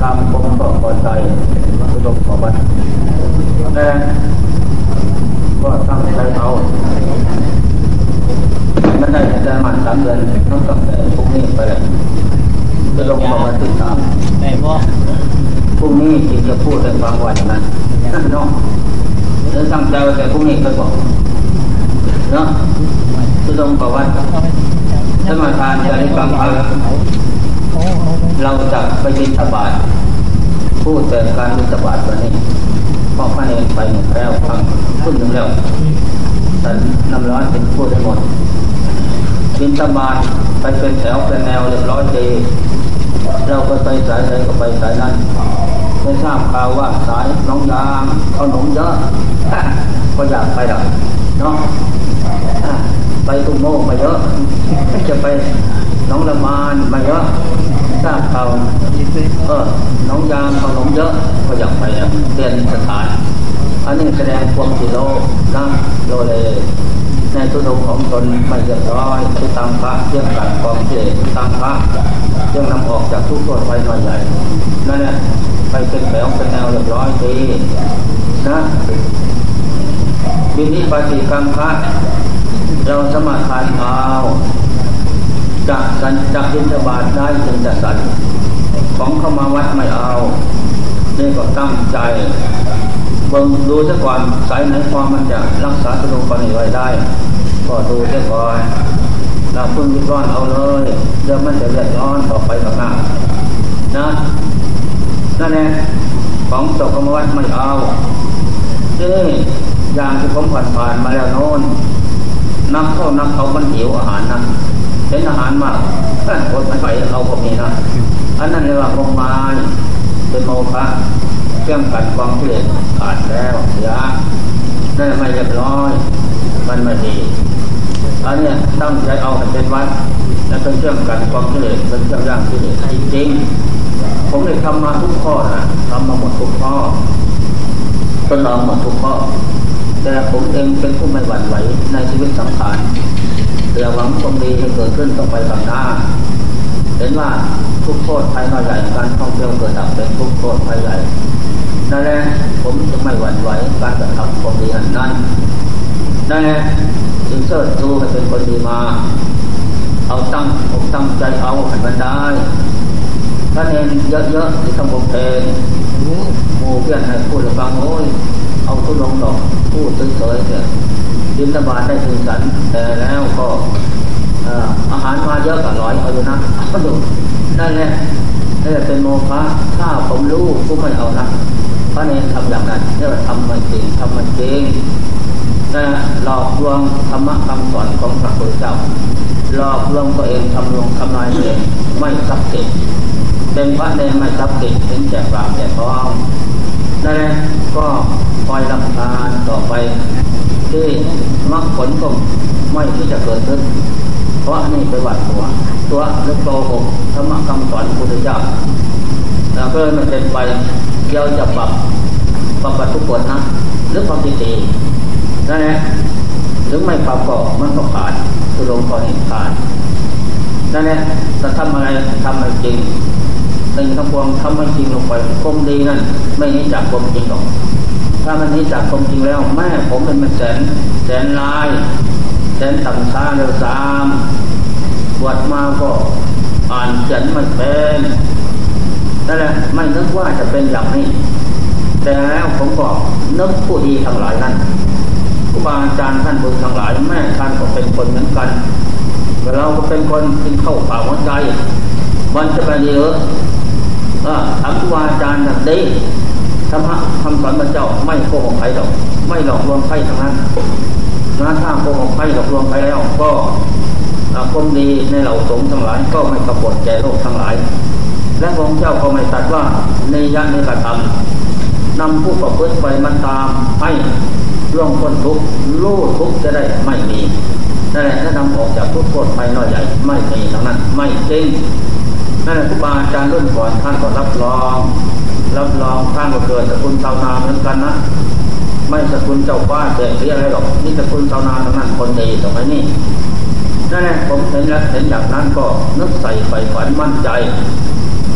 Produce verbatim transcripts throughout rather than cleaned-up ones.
ตามผมก็พอใจวัตถุประสงค์วัดแต่ก็ตั้งใจเอาไม่ได้จะมันสามเดือนต้องตั้งแต่พรุ่งนี้ไปเลยจะลงมาวันที่สามได้บ่พรุ่งนี้จึงจะพูดในบางวันนั้นนั่นเนาะแล้วตั้งใจว่าแต่พรุ่งนี้ไปบอกเนาะจะลงมาวันสมาทานจะได้ฟังเอาเราจะไปบิณฑบาตพูดแต่การบิณฑบาตวันนี้เพราะพระเนรไปหมดแล้วฟังขึ้นหนึ่งแล้วแต่น้ำร้อนเป็นพูดได้หมดบิณฑบาตไปเป็นแถวเป็นแนวเรียบร้อยดีเราก็ไปสายไหนก็ไปสายนั้นได้ทราบข่าวว่าสายน้องยางเขาหนมเยอะก็อยากไปดับเนาะไปตุ้งโม่มาเยอะจะไปน้องละมานมาเยอะทราบข่าวเออน้องยางเขาหนมเยอะก็อยากไปเรียนสถานอันนี้แสดงความสิโลนะโลเลในทุนของตนไม่เรียบร้อยทุตังพระเรื่องการกองเจทุตังพระเรื่องนำออกจากทุกข์โทษภัยน้อยใหญ่นั่นแหละไปเป็นแถวเป็นแนวเรียบร้อยดีนะวินิปฏิกรรมพระเราสมาทานเอาจะสันจะบิณฑบาตได้จึงจะสันของเข้ามาวัดไม่เอานี่ก็ตั้งใจเบิ่งดูซะก่อนสายไหนความมันจะรักษาสนุกคนไว้ได้ก็ดูซะก่อนเราพึ่งรีบร้อนเอาเลยเดี๋ยวมันจะเดือดร้อนต่อไปข้างหน้านะนั่นแหละของตกเข้ามาวัดไม่เอานี่อย่างที่ผมผ่านผ่านมาแล้วโน้นนักเข้านักเขามันหิวอาหารนะเห็นอาหารมากท่านอดไม่ไหวเอาพวกนี้นะอันนั้นเรียกว่าลงมาเป็นโมฆะเครื่องกัดความกิเลสขาดแล้วเสียนั่นไม่เรียบร้อยมันไม่ดีอันนี้ตั้งใจเอาเป็นวัดและเป็นเครื่องกัดความกิเลสเป็นเครื่องย่างกิเลสจริงๆผมได้ทำมาทุกข้อนะทำมาหมดทุกข้อทดลองหมดทุกข้อแต่ผมเองเป็นผู้ไม่หวั่นไหวในชีวิตสังขารเพื่อหวังความดีให้เกิดขึ้นต่อไปข้างหน้าเห็นว่าทุกโทษภัยน้อยใหญ่การท่องเที่ยวเกิดดับเป็นทุกโทษภัยใหญ่นั่นแหละผมจะไม่หวั่นไหวการกระทำความดีนั้นนั่นแหละจึงเชิดชูให้เป็นคนดีมาเอาตั้งอกตั้งใจเอาให้มันได้ถ้าเองเยอะๆที่ทำบุญเพลหมู่เพื่อนให้พูดให้ฟังโอ้ยเอาทุลงดอกพูดเฉยๆเนี่ยบิณฑบาตได้ถึงสันแต่แล้วก็อาหารมาเยอะกว่าร้อยเอาอยู่นะเอาดูนั่นแหละนี่เป็นโมฆะถ้าผมรู้ผมไม่เอานะพระเนรทำอย่างนั้นเรียกว่าทำมันจริงทำมันจริงนะหลอกลวงธรรมะคำสอนของพระพุทธเจ้าหลอกลวงตัวเองทำลวงทำลายตัวเองไม่ศักดิ์สิทธิ์เป็นพระเนรไม่ศักดิ์สิทธิ์ถึงแจกปากแจกท้องนั่นแหละก็คอยรับทานต่อไปที่มรรคผลก็ไม่ที่จะเกิดขึ้นเพราะนี่ไปวัดตัวตัวหรือโกหกธรรมะคำสอนพระพุทธเจ้าแล้วก็มันเป็นไปเกี่ยวจะปรับปรับทุกคนนะหรือปรับจิตตีนั่นแหละหรือไม่ปรับก็มันก็ขาดคือลงคอนี่ขาดนั่นแหละจะทำอะไรทำอะไรจริงสิ่งทั้งปวงทำให้จริงลงไปความดีนั่นไม่หนีจากความจริงหรอกถ้ามันหนีจากความจริงแล้วแม่ผมเป็นมันแสนแสนลายแสนต่ำช้าเร็วสามบวชมาก็อ่านเขียนไม่เป็นนั่นแหละไม่นึกว่าจะเป็นอย่างนี้แต่แล้วผมก็นึกผู้ดีทั้งหลายนั้นครูบาอาจารย์ท่านบุญทั้งหลายแม่ท่านก็เป็นคนเหมือนกันเราก็เป็นคนที่เข้าป่าหัวใจมันจะไปเยอะถามครูบาอาจารย์แบบนี้ธรรมะคำสอนพระเจ้าไม่โกหกใครหรอกไม่หลอกลวงใครทั้งนั้นนะถ้าโกหกใครหลอกลวงใครแล้วก็ความดีในเหล่าสงฆ์ทั้งหลายก็ไม่กบฏแก่โลกทั้งหลายและพระเจ้าก็ไม่ตรัสว่าในยะในกระทำนำผู้ประพฤติไปมันตามให้ล่วงพ้นทุกข์รู้ทุกข์จะได้ไม่มีนั่นแหละถ้านำออกจากทุกข์โทษภัยน้อยใหญ่ไม่มีทั้งนั้นไม่จริงนั่นแหละครูบาอาจารย์รุ่นก่อนท่านก็รับรองรับรองท่านก็เกิดสกุลชาวนาเหมือนกันนะไม่สกุลเจ้าฟ้าเจ๊หรืออะไรหรอกนี่สกุลชาวนาทั้งนั้นคนดีตรงนี้ นั่นแหละผมเห็นแล้วเห็นอย่างนั้นก็นึกใส่ไปฝันมั่นใจ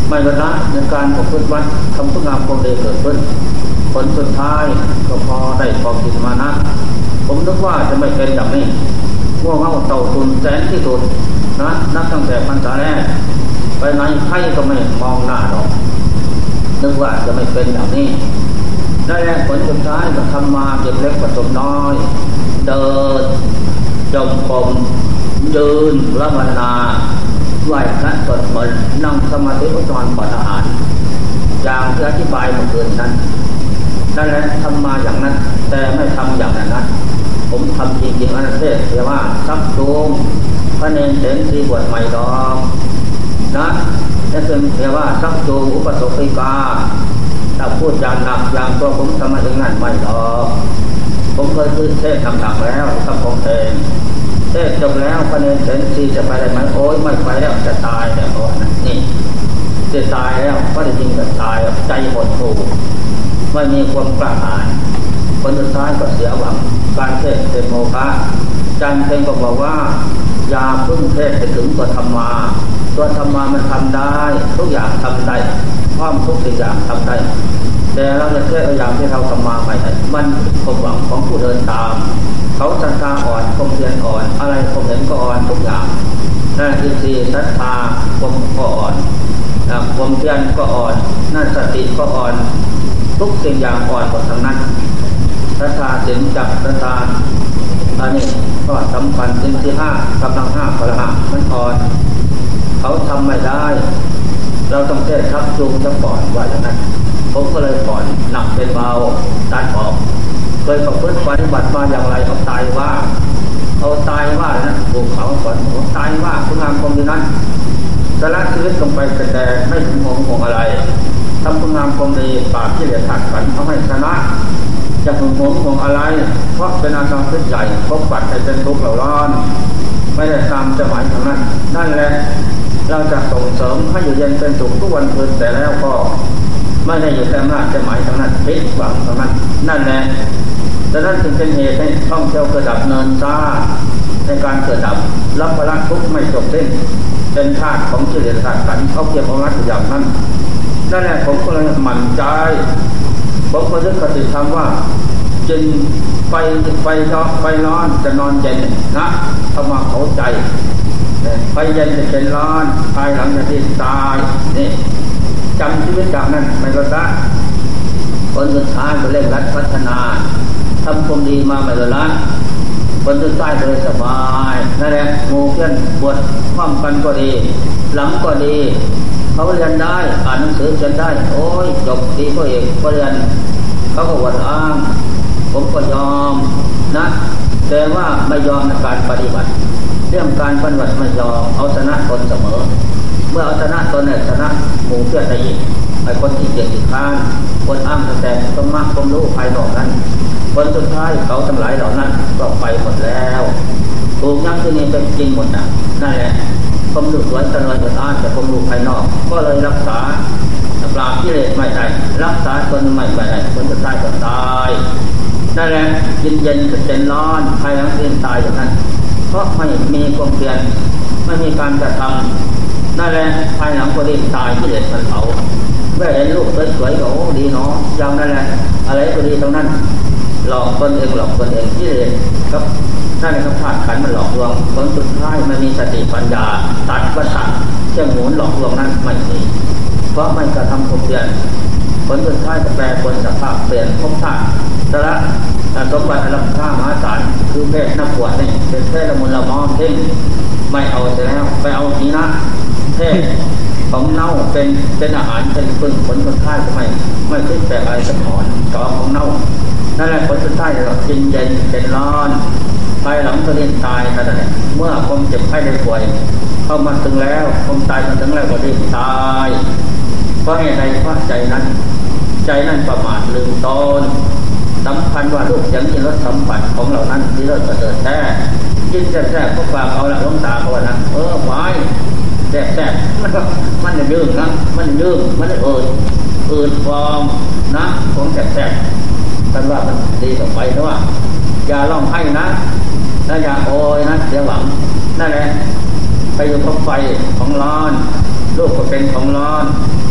ไม่ลดละในการประพฤติวัดทำคุณงามความดีเกิดขึ้นผลสุดท้ายก็พอได้ความคิดมานะผมนึกว่าจะไม่เป็นอย่างนี้ง่วงเหงาเต่าตุนแสนที่สุดนะนับตั้งแต่พรรษาแรกไปไหนใครก็ไม่มองหน้าหรอกนึกว่าจะไม่เป็นอย่างนี้ได้แล้วผลสุดท้ายก็ทำมาเก็บเล็กผสมน้อยเดินจมกรมยืนละวนาไหวพระสวดมนต์นั่งสมาธิอุตตรก่อนอาหารอย่างที่อธิบายเมื่อคืนนั้นนั่นแหละทำมาอย่างนั้นแต่ไม่ทำอย่างนั้นผมทำจริงๆอันนั้นเรียกว่าซักจูงพระเนรเสนสีบวชใหม่ดอกนะนั่นเป็นเรียกว่าซักจูงอุปสมบทกาถ้าพูดอย่างหนักอย่างตัวผมทำมาถึงนั้นไม่ดอกผมเคยพูดเทศหนักๆแล้วทำของเองเทศจบแล้วพระเนรเสนสีจะไปได้ไหมโอ้ยไม่ไปแล้วจะตายแล้วเพราะนั้นนี่จะตายแล้วก็ได้จริงจะตายใจหดหู่ไม่มีความกล้าหาญคนสุดท้ายก็เสียหวังการเทศเป็นโมฆะจันเพ็งก็บอกว่าอย่าพึ่งเทศไปถึงตัวธรรมาตัวธรรมามันทำได้ทุกอย่างทำได้พร้อมทุกสิ่งอย่างทำได้แต่เราจะเทศอย่างที่เราทำมาไม่ได้มันความหวังของผู้เดินตามเขาศรัทธาอ่อนความเพียรอ่อนอะไรความเห็นก็อ่อนทุกอย่างนั่นคือสี่ศรัทธาความก็อ่อนความเพียรก็อ่อนนั่นสติก็อ่อนทุกสิ่งอย่างอ่อนหมดทั้งนั้นศรัทธาสินจักศรัทธาอันนี้ก็สำคัญสินที่ห้ากำลังห้าพละห้ามันอ่อนเขาทำไม่ได้เราต้องเทศทักจูงจะก่อนว่าอย่างนั้นผมก็เลยก่อนหนักเป็นเบาตัดออกเคยประพฤติปฏิบัติมาอย่างไรเอาตายว่าเอาตายว่านะภูเขาก่อนเอาตายว่าคุณงามความดีนั้นสละชีวิตลงไปแต่ไม่ถึงห่วงห่วงอะไรทำคุณงามความดีปราบที่เหลือขาดขันเขาให้ชนะจะห่วงห่วงห่วงอะไรเพราะเป็นอาการพิษใหญ่พบปัดให้เป็นทุกข์เหล่าร้อนไม่ได้ตามจะหมายทางนั้นนั่นแหละเราจะส่งเสริมให้อยู่เย็นเป็นสุขทุกวันคืนแต่แล้วก็ไม่ได้อยู่แต่หน้าจะหมายทางนั้นพิษหวังทางนั้นนั่นแหละดังนั้นจึงเป็นเหตุให้ท่องเที่ยวกระดับเนินซ่าในการเกิดดับรับภาระทุกข์ไม่จบสิ้นเป็นธาตุของกิเลสธาตุขันธ์เขาเกี่ยวกับรักอย่างนั้นนั่นแหละผมก็เลยหมั่นใจผมก็ยึดกติธรรมว่าจึงไฟไฟร้อนไฟร้อนจะนอนเย็นนะเข้ามาเข้าใจไฟเย็นจะเป็นร้อนภายหลังจะที่ตายนี่จำชีวิตจากนั้นไม่ลดละคนสุดท้ายก็เร่งรัดพัฒนาทำความดีมาไม่ลดละคนสุดท้ายเลยสบายนั่นแหละโมเพี้ยนบวชพร้อมกันก็ดีหลังก็ดีเขาเรียนได้อ่านหนังสือเขียนได้โอ้ยจบดีก็เอกก็เรียนเขาก็วัดอ้างผมก็ยอมนะแต่ว่าไม่ยอมในการปฏิบัติเรื่องการปฏิบัติไม่ยอมเอาชนะตนเสมอเมื่อเอาชนะตนเนี่ยชนะหมู่เพื่อนได้อีกไอ้คนที่เกียจข้านคนอ้างแต่ต้นมากความรู้ภายนอกนั้นคนสุดท้ายเขาทั้งหลายเหล่านั้นก็ไปหมดแล้วถูกยั้งที่นี่เป็นจริงหมดนะนั่นแหละความรู้สวยตะลอยตะอ้านแต่ความรู้ภายนอกก็เลยรักษาปราบกิเลสไม่ได้รักษาตนไม่ได้คนสุดท้ายก็ตายนั่นแหละเย็นเย็นจะเป็นร้อนภายหลังเย็นตายอย่างนั้นเพราะไม่มีความเพียรไม่มีการกระทำนั่นแหละภายหลังก็ได้ตายกิเลสมันเผาแม่เห็นลูกสวยๆก็โอ้ดีเนาะอย่างนั้นแหละอะไรก็ดีตรงนั้นหลอกตนเองหลอกตนเองกิเลสครับนั่นแหละครับธาตุขันธ์มันหลอกลวงผลสุดท้ายไม่มีสติปัญญาตัดวัฏฏะเชื่อมหมุนหลอกลวงนั้นไม่มีเพราะไม่กระทำความเพียรผลสุดท้ายก็แปรปรวนสภาพเปลี่ยนภพชาติสละสมบัติอลังการมหาศาลคือเพศนักบวชนี่เป็นเพศละมุนละมอมเพ่งไม่เอาเสียแล้วไปเอาทีนะเพศของเน่าเป็นเป็นอาหารเป็นพึ่งผลสุดท้ายก็ไม่ไม่คิดแปลอะไรสักหน่อยต่อของเน่านั่นแหละผลสุดท้ายเรากินเย็นเป็นร้อนภายหลังตัวเองตายนั่นแหละเมื่อความเจ็บไข้ได้ป่วยเข้ามาถึงแล้วความตายมาถึงแล้วก็ได้ตายเพราะเหตุใดเพราะใจนั้นใจนั้นประมาทลืมตนสำคัญว่าลูกยังมีรสสัมผัสของเหล่านั้นที่เลิศประเสริฐแท้ยิ่งแท้ๆพวกฝากเอาละล้มตาเขาว่านะเออไว้แท้ๆมันก็มันจะยืมนะมันยืมมันจะเอิดเอิดฟอมนะของแท้ๆท่านว่ามันดีต่อไปนะว่าอย่าร้องไห้นะนะอย่าโอยนะเสียหวังนั่นแหละไปอยู่กับไฟของร้อนลูกก็เป็นของร้อน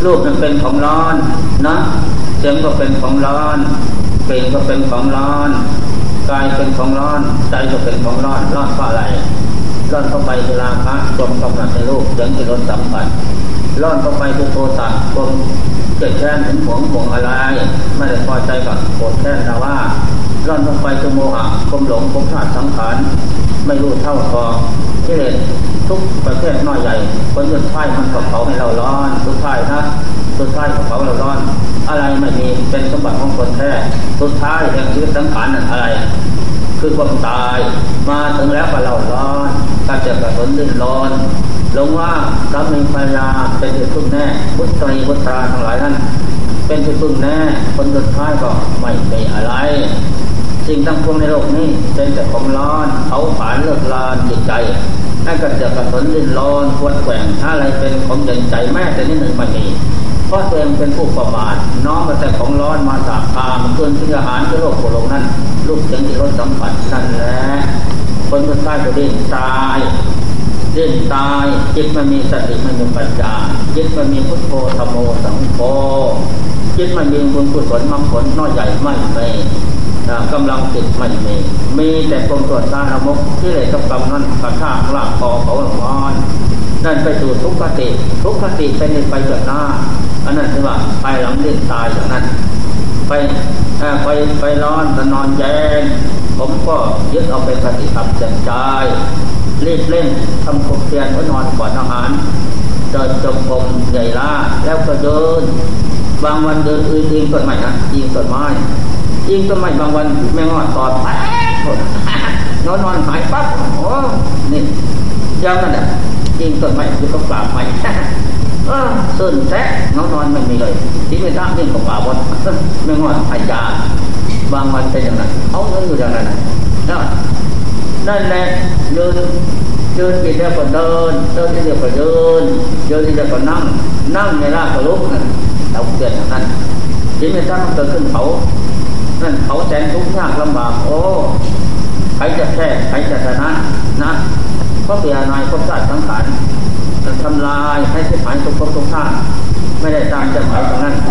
รูปมันเป็นของร้อนนะเสียงก็เป็นของร้อนกลิ่นก็เป็นของร้อนกายเป็นของร้อนใจก็เป็นของร้อนร้อนเพราะอะไรร้อนเข้าไปเวลาพระความกำหนัดในรูปเสียงที่รสสัมผัสร้อนเข้าไปคือโทสะความเกลียดแค้นถึงหวงหวงอะไรไม่ได้พอใจกับโกรธแค้นแต่ว่าร้อนเข้าไปคือโมหะความหลงความพลาดสังขารไม่รู้เท่าพอกิเลสทุกประเภทน้อยใหญ่คนสุดท้ายมันกับเขาให้เราร้อนสุดท้ายนะสุดท้ายกับเขาเราร้อนอะไรไม่มีเป็นสมบัติของคนแท้สุดท้ายแห่งชีวิตสังขารนั่นอะไรคือความตายมาถึงแล้วก็เราร้อนก็จะกระตุ้นดิ้นร้อนลงว่าสามีภรรยาเป็นที่พึ่งแน่บุตรีบุตราทั้งหลายนั้นเป็นที่พึ่งแน่คนสุดท้ายก็ไม่มีอะไรสิ่งทั้งปวงในโลกนี้เป็นแต่ของร้อนเขาผานเลิกลานจิตใจนั่นก็จะกระตุ้นดิ้นร้อนควรแกว่งอะไรเป็นของเย็นใจแม้แต่นิดหนึ่งไม่มีเพราะตัวเองเป็นผู้ประมาทน้อมมาแต่ของร้อนมาสาบพามันเกินที่อาหารที่โลกโลกนั้นลูกเสียงที่รสสัมผัสนั่นแหละคนสุดท้ายก็ดิ้นตายดิ้นตายจิตมันมีสติมันมีปัญญาจิตมันมีพุทโธธัมโมสังโฆจิตมันมีบุญกุศลมรรคผลน้อยใหญ่ไม่ไม่กำลังจิตไม่มีมีแต่ความตรวจตาละมกที่เลยกับกำนั้นกระชากลากคอเขาหลงร้อนนั่นไปสู่ทุกขติทุกขติเป็นไปเกิดหน้าอันนั้นคือว่าไปหลังดิ้นตายอย่างนั้นไปไปไปร้อนแต่นอนเย็นผมก็ยึดเอาเป็นปฏิธรรมแจ่มใจรีบเล่นทำความเพียรไว้นอนก่อนอาหารเดินจงกรมใหญ่ล่าแล้วก็เดินบางวันเดินอือยิงต้นไม้นะยิงต้นไม้ยิงต้นไม้บางวันแม่งอดตอดแป๊บนอนนอนหายปั๊บโอ้นี่ยังนั่นแหละยิงต้นไม้คือต้องปราบไม้เออตื่นแท้นอนนอนไม่มีเลยที่ไม่ได้ยิงกับป่าบดแม่งอดหายยาบางวันเป็นอย่างนั้นเอาเงินอยู่อย่างนั้นนะนั่นแหละเดินเดินอีกแล้วก็เดินเดินอีกแล้วก็เดินเดินอีกแล้วก็นั่งนั่งในร่างก็ลุกนั่นเราเกิดอย่างนั้นที่ไม่ตั้งเกิดขึ้นเขานั่นเขาแสนทุกข์ยากลำบากโอ้ใครจะแพ้ใครจะชนะนะเพราะเปลี่ยนนายพบชาติสังขารทำลายให้เสียหายทุกภพทุกชาติไม่ได้ตามใจหมายตรงนั้น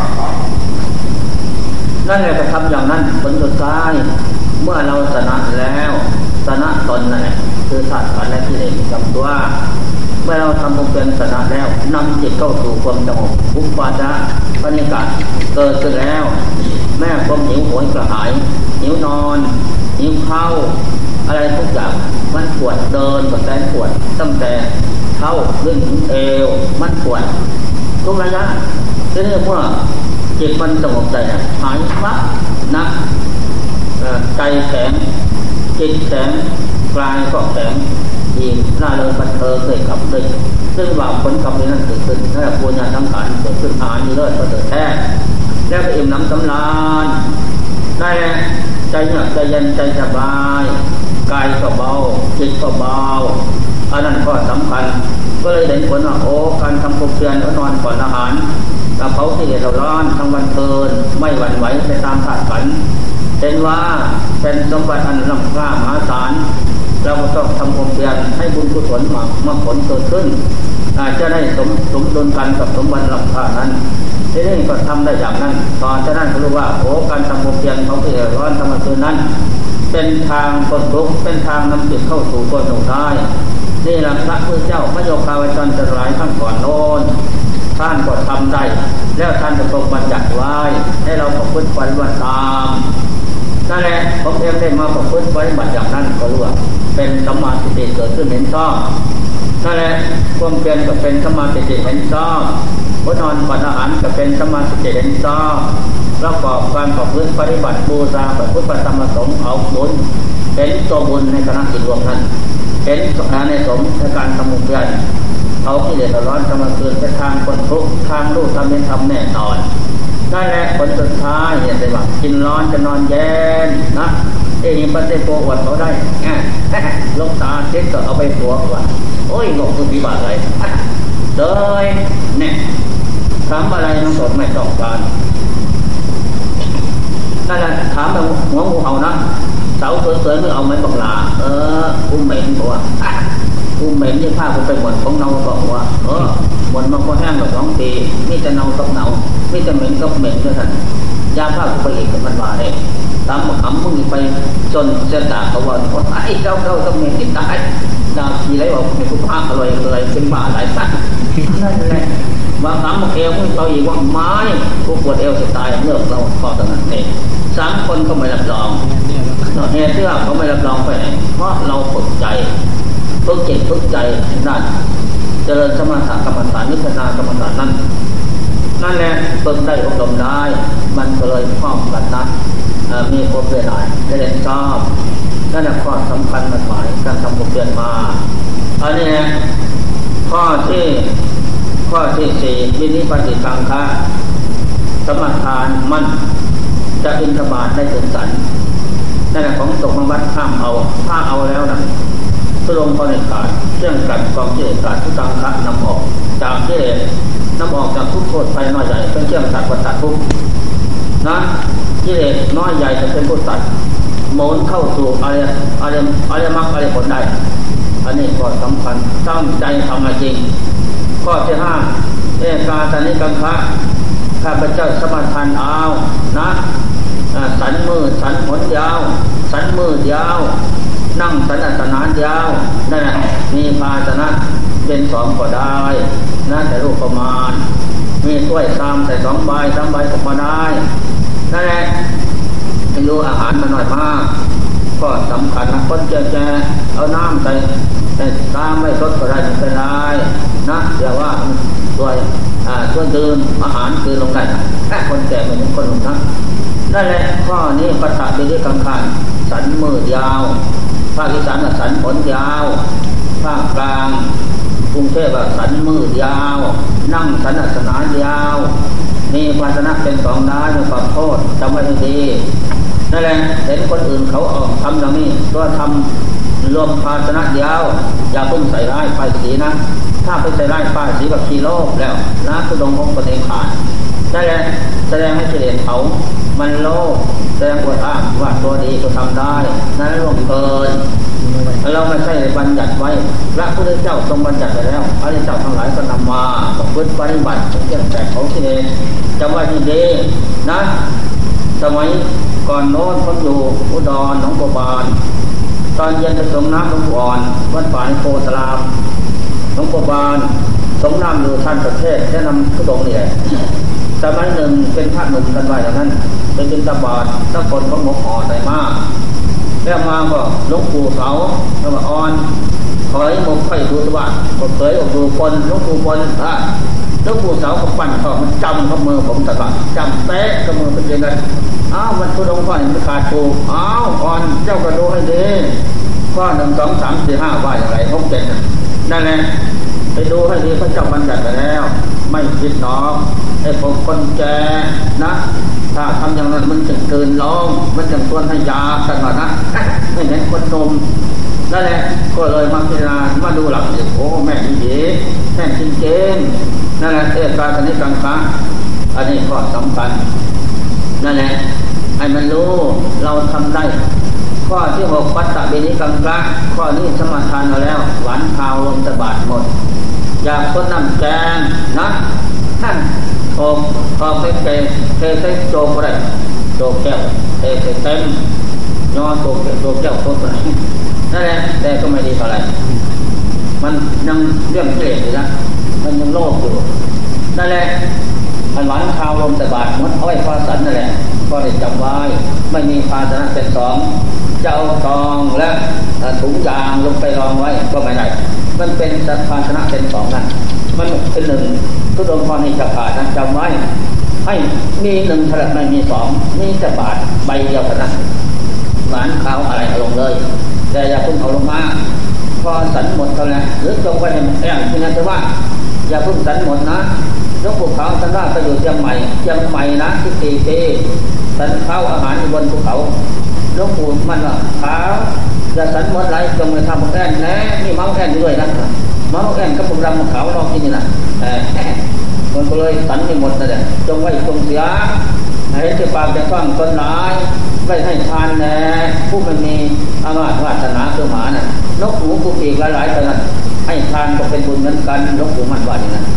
นั่นแหละจะทำอย่างนั้นผลสุดท้ายเมื่อเราชนะแล้วชนะตนนั่นแหละคือธาตุขันธ์และกิเลสจำตัวเมื่อเราทำความเป็นชนะแล้วนำจิตเข้าสู่ความสงบอุปาจาปัญญาเกิดขึ้นแล้วแม่ความหิวโหยกระหายหิวนอนหิวข้าวอะไรทุกอย่างมันปวดเดินก็แสนปวดตั้งแต่เท้าขึ้นถึงเอวมันปวดทุกระยะทีนี้เมื่อจิตมันสงบใจหายวับนะใจแข็งจิตแข็งกายก็แข็งอีกน่าเลยบันเทิงเลยขับเลยซึ่งว่าผลกรรมนั้นเกิดขึ้นถ้าปัญญาทั้งขันเกิดขึ้นหาอยู่เรื่อยก็เกิดแท้แล้วก็อิ่มน้ำสำราญได้ใจเงียบใจเย็นใจสบายกายก็เบาจิตก็เบาอันนั้นก็สำคัญก็เลยเห็นผลว่าโอ้การทำความเพียรแล้วนอนก่อนอาหารกระเพาที่เราร้อนทั้งวันเทินไม่หวั่นไหวไปตามธาตุขันธ์เห็นว่าเป็นสมบัติอันล้ำค่ามหาศาลเราก็ต้องทำความเพียรให้บุญกุศลมาเมื่อผลเกิดขึ้นอาจจะได้สมสมดุลกันกับสมบัติล้ำค่านั้นที่นี่ก็ทำได้อย่างนั้นตอนนั้นก็รู้ว่าโอ้การทำความเพียรเขาที่ร้อนทำมาคืนนั้นเป็นทางคนทุกข์เป็นทางนำจิตเข้าสู่ความสงบได้นี่แหละพระพุทธเจ้าพระโยคาวจรจะหลายขั้นก่อนโน้นท่านก็ทำได้แล้วท่านจะทรงบัญญัติไว้ให้เราประพฤติปฏิบัติตามนั่นแหละผมเองได้มาประพฤติปฏิบัติอย่างนั้นก็รู้ว่าเป็นสัมมาทิฏฐิเกิดขึ้นเห็นชอบนั่นแหละความเพียรก็เป็นสัมมาทิฏฐิเห็นชอบพระนอนปัญหารก็เป็นสัมมาทิฏฐิเห็นชอบประกอบการประพฤติปฏิบัติบูชาพระพุทธธรรมสงฆ์เอาบุญเห็นตัวบุญในคณะจิตรวมนั้นเห็นสถานในสมในการทำมุขเพียรเขาที่เดือดร้อนทำมาเกินเป็นทางคนทุกข์ทางรู้ทำเป็นทำแน่นอนนั่นแหละผลสุดท้ายเห็นได้ว่ากินร้อนจะนอนเย็นนะเอ็งปัจเจโกอวดเขาได้ลูกตาเช็ดก็เอาไปผัวว่าโอ้ยบอกคุณพิบัติเลยเลยเนี่ยถามอะไรน้องสดไม่ต้องการนั่นแหละถามแบบหัวงูเห่านะเสาเสือๆไม่เอาไม่บอกลาเออกูเหม็นบอกว่ากูเหม็นที่ผ้ากูไปหมดของเราบอกว่าเออบนมันก็แห้งแบบสองปีมีแต่เน่ากับเน่ามีแต่เหม็นกับเหม็นด้วยท่านยาผ้าไปอีกกับมันว่าได้ตามมาขำมึงไปจนเสียตาเขาว่าไอ้เจ้าเจ้าต้องเหม็นที่ตายดาวทีไรบอกเป็นผู้พาอร่อยเลยเป็นบ้าหลายตั้งนั่นแหละบางครั้งเอวมึงต่ออีกว่าไม้ผู้ปวดเอวจะตายเลิกเราพอตอนนั้นเองสามคนเขาไม่รับรองเหตุที่ว่าเขาไม่รับรองไปไหนเพราะเราฝึกใจฝึกจิตฝึกใจนั่นเจริญสมาธิกรรมฐานนิพพานกรรมฐานนั่นนั่นแหละฝึกได้อบรมได้มันก็เลยพร้อมกันนะมีความเปลี่ยนหลายได้เรียนทราบนั่นแหละข้อสำคัญมันหมายการทำความเปลี่ยนมาอันนี้ข้อที่ข้อที่สี่วินิปฏิสังฆะสมาทานมั่นจะอินทบาทได้ถึงสันนั่นแหละของตกมาวัดข้ามเอาถ้าเอาแล้วนะสุลงพอในขาดเครื่องกัดกองเจริญขาดทุตังคะนำออกจากเจริญนำออกจากทุกโทษไปน้อยใหญ่เป็นเครื่องตัดวัฏทุกข์นะเจริญน้อยใหญ่จะเป็นผู้ตัดหมุนเข้าสู่อะไรอะไรอะไรมรรคอะไรผลได้อันนี้ก็สำคัญตั้งใจทำมาจริงข้อที่ห้าเอกาตานิกังคะข้าพเจ้าสมาทานเอานะสันมือสันผลยาวสันมือยาวนั่งสันอัตนานยาวนั่นแหละมีภาชนะเป็นสองก็ได้นะแต่รูปประมาณมีถ้วยชามใส่สองใบสามใบก็พอได้นั่นแหละให้รู้อาหารมาหน่อยมากก็สำคัญนะคนแก่ๆเอาน้ำใส่ใส่ตามไม่สดก็ได้ไม่เป็นไรนะเดี๋ยวว่าด้วยช่วยดื่มอาหารคือลงได้แค่คนแก่ไม่ใช่คนหนุ่มนะนั่นแหละข้อนี้ปฏิบัติด้วยกังขันสันมือยาวภาคอีสานสันผลยาวภาคกลางกรุงเทพสันมือยาวนั่งสันอัสนานยาวมีภาชนะเป็นสองด้านมีความโทษจำไว้ให้ดีนั่นแหละเห็นคนอื่นเขาออกทำอย่างนี้ตัวทำรวมภาชนะยาวอย่าเพิ่งใส่ร้ายป้ายสีนะถ้าไปใส่ร้ายป้ายสีแบบทีโลกแล้วนะคือดงของประเทศขาดนั่นแหละแสดงให้เฉลี่ยเขามันโลภแสดงอวดอ้างว่าตัวดีก็ทำได้นั้นล่วงเกินเราไม่ใช่บัญญัติไว้พระพุทธเจ้าทรงบัญญัติไปแล้วพระเจ้าทั้งหลายก็นำมาประพฤติปฏิบัติเป็นเครื่องแจกของที่เองจำไว้ที่ดีนะสมัยก่อนโน้นผมอยู่อุดรหนองบัวบานตอนเย็นไปสงน้ำหลวงปู่อ่อนวัดป่าโพธารามหลวงบัวบานสงน้ำอยู่ท่านประเทศแนะนำทุดงนี่แหละสมัยหนึ่งเป็นพระหนุ่มกันไว้อย่างนั้นเป็นบิณฑบาตถ้าคนเขาหมกห่อใส่มากแล้วมาก็หลวงปู่เขาแล้วมาอ่อนถอยหมกไข่ดูสวัสดิ์ก็เคยออกดูปนหลวงปู่ปนอ่ะหลวงปู่เสาก็ปั่นเข้ามันจำข้อมือผมตลอดจำเป๊ะข้อมือเป็นยังไงอ้าวมันทุดงข้อนี้มันขาดถูกอ้าวอ่อนเจ้าก็ดูให้ดีข้อหนึ่งสองสามสี่ห้าว่าอย่างไรหกเจ็ดนั่นแหละไปดูให้ดีพระเจ้าบัญญัติไปแล้วไม่ผิดหรอกไอ้พวกคนแก่นะถ้าทำอย่างนั้นมันจะเกินร้องมันจะชวนให้ยากันหน่อยนะไม่เห็นคนนมนั่นแหละก็เลยมาพิจารณามาดูหลักสิโอ้แม่ดีดีแม่จริงจริงนั่นแหละเอกาตนิกังคะอันนี้ก็สำคัญนั่นแหละให้มันรู้เราทำได้ข้อที่หกปัตตะเบนิกังคะข้อนี้สมาทานมาแล้วหวานข้าวลมตะบาดหมดอยากต้นน้ำแกงนะท่านโอ้พอไปเทเทใส่โจกอะไรโจกแก้วเทใส่เต็มยอโจกโจกแก้วต้นอะไรนั่นแหละแต่ก็ไม่ดีเท่าไหร่มันยังเรื่องเกลียดอยู่นะมันยังโลภอยู่นั่นแหละหวานข้าวลมตะบาดหมดเอาไว้พอสันนั่นแหละก็ได้จำไว้ไม่มีภาชนะเป็นสองจะเอาตองและถุงยางลงไปรองไว้ก็ไม่ได้มันเป็นภาชนะเป็นสองนั่นมันเป็นหนึ่งทุดงพรให้จับขาดนะจำไว้ให้มีหนึ่งถนัดไม่มีสองมีแต่บาทใบเดียวกันนะหวานข้าวอะไรเอาลงเลยแต่อย่าพุ่งเอาลงมาพอสันหมดเท่านั้นหรือจงไว้ให้แอ่งที่นั่นจะว่าอย่าพุ่งสันหมดนะยกภูเขาสันว่าไปอยู่เชียงใหม่เชียงใหม่นะที่ตีเตสันข้าวอาหารบนภูเขายกภูมันว่าขาวจะสันหมดไรจงไปทำแอ่นแน่มีเมาแอ่นด้วยนะเมาแอ่นกับพวกเราขาวลองที่นี่นะมันก็เลยสันไม่หมดนั่นแหละจงไว้จงเสียให้เจ้าปากจะฟังคนร้ายไว้ให้ทานแน่ผู้มันมีอามาตย์วาสนาคือหมาน่ะนกหูกูปีกหลายๆตัวนั้นให้ทานก็เป็นบุญเหมือนกันนกหูมันว่าอย่างนั้น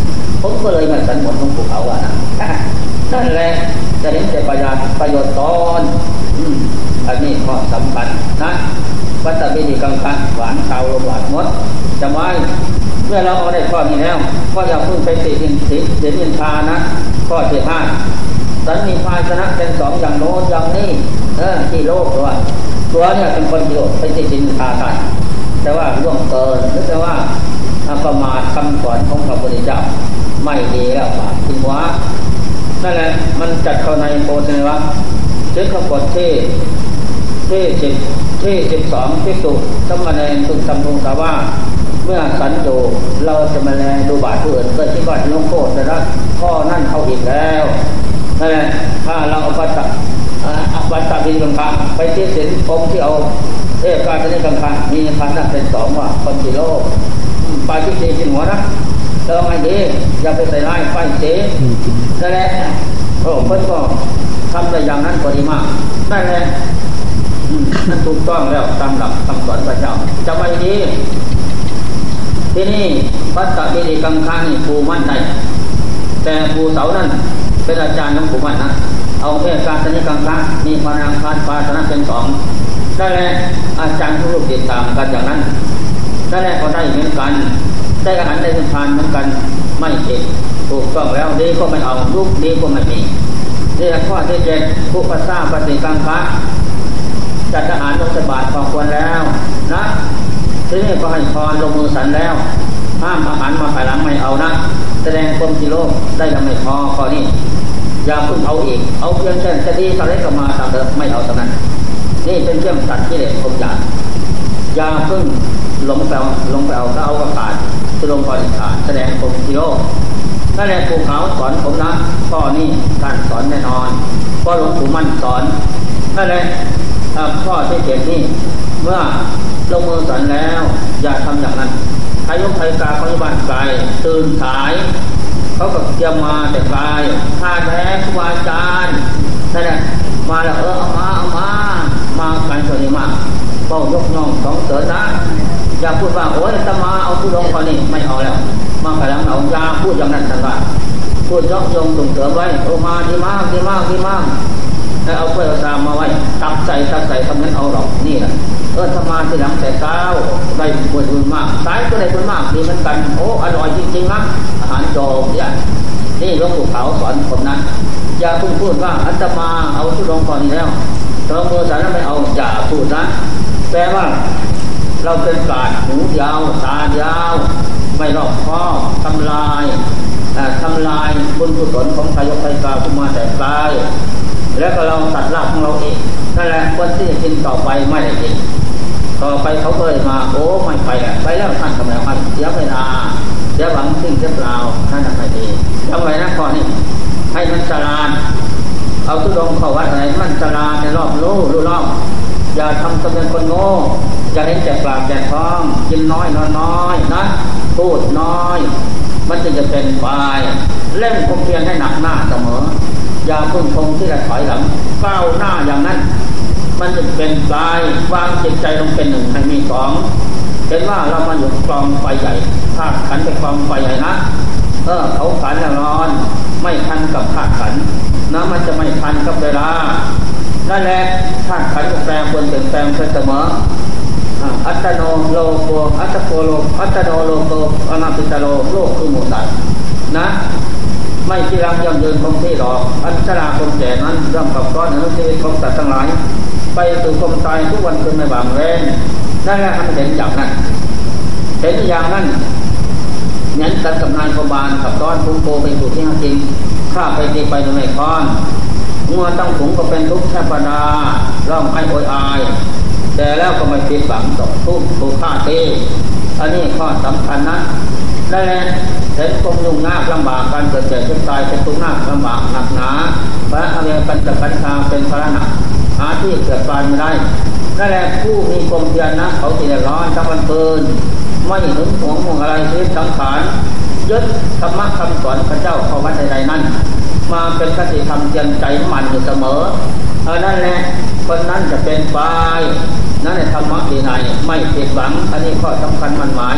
ผมก็เลยมาสันหมดของภูเขาอ่ะนะนั่นแหละจะเห็นแต่ประโยชน์ประโยชน์ตอนอันนี้ข้อสำคัญนะวัตถุดิบกังคันหวานขาวหวานมดจำไว้เมื่อเราเอาได้ข้อนี้แล้วก็อย่าเพิ่งไปติดติดติดติดนินทานะข้อที่ห้าสันนิพาชนะเป็นสองอย่างโน้นอย่างนี้เออที่โลกตัวตัวเนี่ยเป็นคนที่โลกไปติดนินทาได้แต่ว่าล่วงเกินหรือแต่ว่าประมาทคำสอนของพระพุทธเจ้าไม่ดีแล้วบาปทิ้งวะนั่นแหละมันจัดเข้าในโพธิวะเจ็ดขบวนที่ที่สิบที่สิบสองที่สุสมณเณรพึงทำพงศาวาสเมื่อสันโยเราจะมาแลดูบาปผู้อื่นเพื่อที่ว่าจะลงโทษแต่ละข้อนั่นเขาอีกแล้วนั่นแหละถ้าเราเอาปัสสะเอาปัสสะเป็นกลางไปเทียบเสียงองค์ที่เอาเอกการเป็นกลางมีพันนั่นเป็นสองว่าคนที่โลกปาจิตติเป็นหัวนะเราไงดีอย่าไปใส่ร้ายไฟเสียนั่นแหละโอ้เพิ่นก็ทำได้อย่างนั้นก็ดีมากนั่นแหละนั่นถูกต้องแล้วตามหลักคำสอนพระเจ้าจะไปดีที่นี่ปัสสะเป็นกลางข้างนี่ภูมั่นได้แต่ภูเสานั่นเป็นอาจารย์ของภูมั่นนะเอาแค่การตนิกังคะมีพลังพานพาชนะเป็นสองได้แหละอาจารย์ทุกรูปติดตามกันอย่างนั้นได้แหละก็ได้เหมือนกันได้อาหารได้เป็นทานเหมือนกันไม่เจ็บถูกต้องแล้วดีก็ไม่เอาลูกดีก็ไม่มีนี่ข้อที่เจ็ดผู้ปัสสะปฏิกังคะจัดอาหารลงใส่บาตรพอควรแล้วนะทีนี้ก็ให้พรลงมือสันแล้วห้ามอาหารมาภายหลังไม่เอานะแสดงความกิโลได้ยังไม่พอข้อนี้อย่าเพิ่งเอาอีกเอาเพียงแค่จะดีสักเล็กก็มาตามเดิมไม่เอาตรงนั้นนี่เป็นเครื่องตัดกิเลสความอยากอย่าเพิ่งหลงไปเอาหลงไปเอาก็เอาก็ขาดจะลงพอดีขาดแสดงความกิโลนั่นแหละภูเขาสอนผมนะข้อนี้การสอนแน่นอนก็หลวงปู่มั่นสอนนั่นแหละข้อที่เจ็ดนี่เมื่อลงมือสันแล้วอย่าทำอย่างนั้นใครยกใครกาเขาอยู่บ้านไกลตื่นสายเขาก็เตรียมมาแต่ไกลข้าแท้ครูอาจารย์นั่นแหละมาแล้วเออเอามาเอามามากันส่วนนี้มากก็ยกน้องสองเสือนะอย่าพูดว่าโอ้ยตมาเอาผู้ลงคนนี้ไม่เอาแล้วมาภายหลังเอายาพูดอย่างนั้นทันว่าพูดยกยงส่งเสริมไว้โอมาดีมากดีมากดีมากให้เอาเพื่อตามมาไว้ตับใส่ตับใส่ทำนั้นเอาหรอกนี่แหละเออทำมาที่หลังแต่เช้าได้บุญบุญมากสายก็ได้บุญมากดีเหมือนกันโอ้อร่อยจริงๆนะอาหารโจมเนี่ยนี่หลวงปู่ขาวสอนผมนั้นอย่าพูดพูดว่าอัตมาเอาทุดงก่อนนี้แล้วเราเมื่อสารไม่เอาอย่าพูดนะแปลว่าเราเป็นปราชญ์หูยาวตายาวไม่รอบคอบทำลายทำลายบุญกุศลของทายกไทยกาผู้มาแต่ไกลแล้วก็เราตัดรากของเราเองนั่นแหละคนที่จะกินต่อไปไม่ได้กินต่อไปเขาเคยมาโอ้ไม่ไปแล้วไปแล้วท่านทำไมท่านเสียเวลาเสียหวังสิ่งเสียเปล่าท่านทำไมดีทำไมนะข้อนี้ให้มันฉลาดเอาทุดงเข้าวัดอะไรมันฉลาดในรอบรู้รู้รอบอย่าทำเป็นคนโง่อย่าเห็นแก่ปากแก่ท้องกินน้อยนอนน้อยนะพูดน้อยมันจะจะเป็นไปเล่นความเพียรให้หนักหน้าเสมออย่าพึ่งคงที่จะถอยหลังก้าวหน้าอย่างนั้นมันจะเป็นปลายวางจิตใจลงเป็นหนึ่งให้มีสองเห็นว่าเรามาอยู่กองไฟใหญ่ธาตุขันเป็นกองไฟใหญ่นะเออเขาขันร้อนไม่ทันกับธาตุขันน้ำมันจะไม่ทันกับเวลานั่นแหละธาตุขันจะแปลงคนเปลี่ยนแปลงเสมออัตโนโลโกอัตโกโลอัตโนโลโกอนาปิตโลโลกคือหมู่สัตว์นะไม่ที่รังยั่งยืนคงที่หรอกอันชราคงแก่นั้นย่อมกับก้อนอนุชีวิตของสัตว์ทั้งหลายไปสู่ความตายทุกวันคืนไม่บางเว้นนั่นแหละมันเห็นอย่างนั้นเห็นอย่างนั้นงั้นกันกับนายพบาลกับก้อนพุ่งโตไปสู่ที่หากินข้าไปตีไปโดยไม่ค้อนงัวตั้งถุงก็เป็นทุกข์แทบประดาร้องไห้โอยอายแต่แล้วก็ไม่ผิดหวังตกทุกข์ถูกฆ่าตีอันนี้ข้อสำคัญนะได้แหละเห็นความยุ่งยากลำบากการเกิดเจ็บเจ็บตายเป็นทุกข์หนักลำบากหนักหนาพระอริยปัญจกัญชาเป็นภาระหนักหาที่เกิดปลายไม่ได้นั่นแหละผู้มีความเพียรนะเขาที่ได้ร้อนทั้งวันคืนไม่หึงหวงห่วงอะไรชีวิตสังขารยึดธรรมะคำสอนพระเจ้าเข้าวัดใดๆนั้นมาเป็นคติธรรมเตือนใจมันอยู่เสมอเออนั่นแหละคนนั้นจะเป็นปลายนั่นแหละธรรมะดีในไม่ผิดหวังอันนี้ข้อสำคัญมันหมาย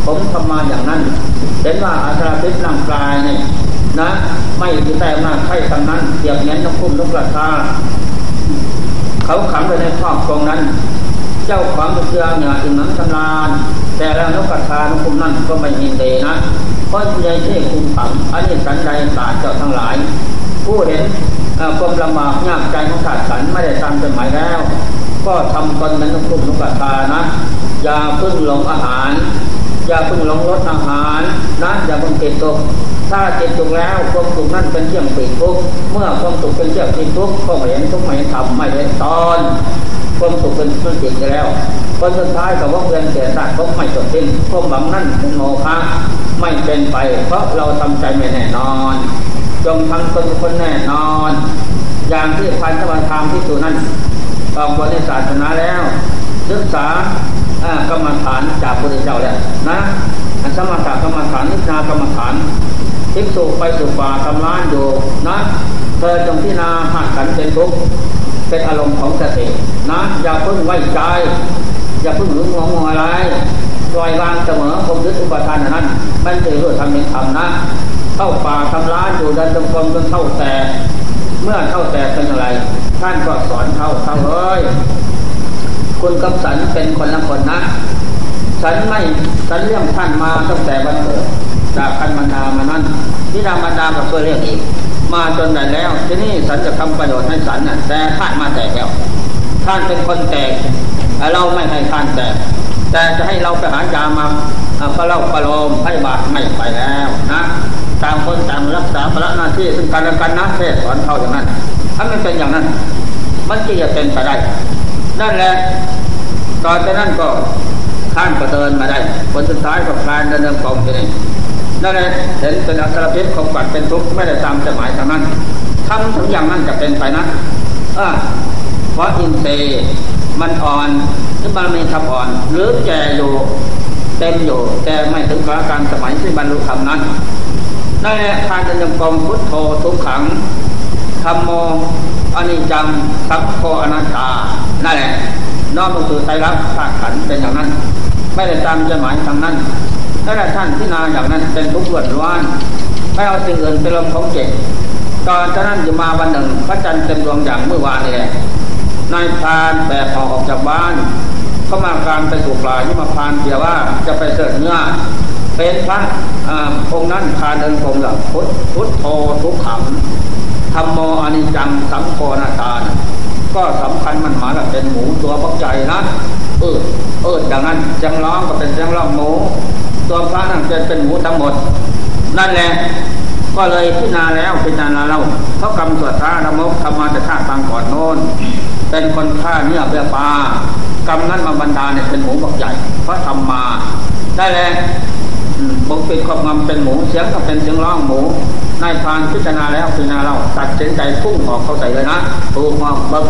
ผมทำมาอย่างนั้นเห็นว่าอาสาพิษร่างกายเนี่ยนะไม่แต่มากใช่ทำนั้นเสียบเน้นนกคุ้มนกกระทาเขาขังไว้ในครอบครองนั้นเจ้าของเชือเหงื่ออิ่มน้ำชำนาญแต่แล้วนกกระทานกคุ้มนั่นก็ไม่มีเดนะเพราะใจเท่คุมขังอันนี้สันใดศาสตร์เจ้าทั้งหลายผู้เห็นความลำบากยากใจของขาดสันไม่ได้ตามใจหมายแล้วก็ทำตนนั้นนกคุ้มนกกระทานะอย่าพึ่งหลงอาหารอย่าพึ่งหลงรสอาหารนะอย่าพึ่งติดตกถ้าติดตกแล้วความสุขนั้นเป็นเที่ยงติดทุกเมื่อความสุขเป็นเที่ยงติดทุกก็ไม่เห็นทุกไม่เห็นธรรมไม่เห็นตอนความสุขเป็นมันติดไปแล้วคนสุดท้ายกับว่าเพื่อนเสียสัตว์ก็ไม่จบสิ้นความหวังนั้นเป็นโมฆะไม่เป็นไปเพราะเราทำใจไม่แน่นอนจงทำตนคนแน่นอนอย่างที่พันธบัตรธรรมที่สุนั้นออกบทในศาสนาแล้วศึกษากรรมฐานจากพระพุทธเจ้าแล้วนะสมถะกรรมฐานนิพพานกรรมฐานภิกษุไปสู่ป่าทำร้านอยู่นะเธอจงพิจารณาหักขันเป็นทุกข์เป็นอารมณ์ของสตินะอย่าเพิ่งไว้ใจอย่าเพิ่งหึงหวงอะไรปล่อยวางเสมอคมยึดอุปทานนั้นมันจะรู้ทำเป็นธรรมนะเข้าป่าทำร้านอยู่เดินจงกรมจนเข้าแต่เมื่อเข้าแต่เป็นอะไรท่านก็สอนเข้าเข้าเอ้ยคุณกับฉันเป็นคนละคนนะฉันไม่ฉันเลี้ยงท่านมาตั้งแต่วันเกิดจากคันมารดามานั้นที่ดามารดาก็เคยเรียกอีกมาจนไหนแล้วที่นี่ฉันจะทำประโยชน์ให้ฉันน่ะแต่ท่านมาแตกแล้วท่านเป็นคนแตกเราไม่ให้ท่านแตกแต่จะให้เราไปหายามาพระเล่าประโลมให้บาดไม่ไปแล้วนะต่างคนต่างรักษาภาระหน้าที่ซึ่งกันและกันนะเทศสอนเขาอย่างนั้นถ้าไม่เป็นอย่างนั้นมันจะเป็นไปได้นั่นแหละตอนจากนั้นก็ข้ามก็เดินมาได้ผลสุดท้ายก็คลานเดินเดินกองไปนี่นั่นแหละเห็นเป็นอัตราพิษของปัดเป็นทุกข์ไม่ได้ตามใจหมายทางนั้นทำถึงอย่างนั้นจะเป็นไปนะเออเพราะอินทรีย์มันอ่อนหรือมันมีทำอ่อนหรือแก่อยู่เต็มอยู่แต่ไม่ถึงการสมัยที่บรรลุธรรมนั้นนั่นแหละการเดินกองพุทโธทุกขังธัมโมอนิจจังสัพโพอนัตตานั่นแหละน้อมลงสู่ใจรักธาตุขันธ์เป็นอย่างนั้นไม่ได้ตามใจหมายทางนั้นถ้าได้ท่านพิจารณาอย่างนั้นเป็นทุกข์ล้วนไม่เอาสิ่งอื่นเป็นลมของเจ็บตอนนั้นอยู่มาวันหนึ่งพระจันทร์เต็มดวงอย่างเมื่อวานนี่แหละนายพรานแบกของออกจากบ้านก็มาการไปสู่ป่าที่มาพรานเกี่ยวว่าจะไปเสิร์ฟเนื้อเป็นพระองค์นั้นพรานเดินกรมหลังพุทพุทโธทุกขังธัมโมอนิจจังสังโฆนาตาก็สำคัญมันหมายว่าเป็นหมูตัวปักใจนะเออเอออย่างนั้นจังร้องก็เป็นจังร้องหมูตัวพระนั่นจะเป็นหมูทั้งหมดนั่นแหละก็เลยพิจารณาแล้วพิจารณาเราเขากรรมสวดท้าละมกทำมาแต่ชาติปางก่อนโน้นเป็นคนฆ่าเนื้อเบื่อปลากรรมนั้นมาบรรดาเนี่ยเป็นหมูปักใหญ่เพราะทำมาได้แล้วบกปิดครอบงำเป็นหมูเสียงก็เป็นเสียงร้องหมูนายพรานพิจารณาแล้วพิจารณาเราตัดสินใจพุ่งออกเข้าใส่เลยนะถูกมาเบิ้ง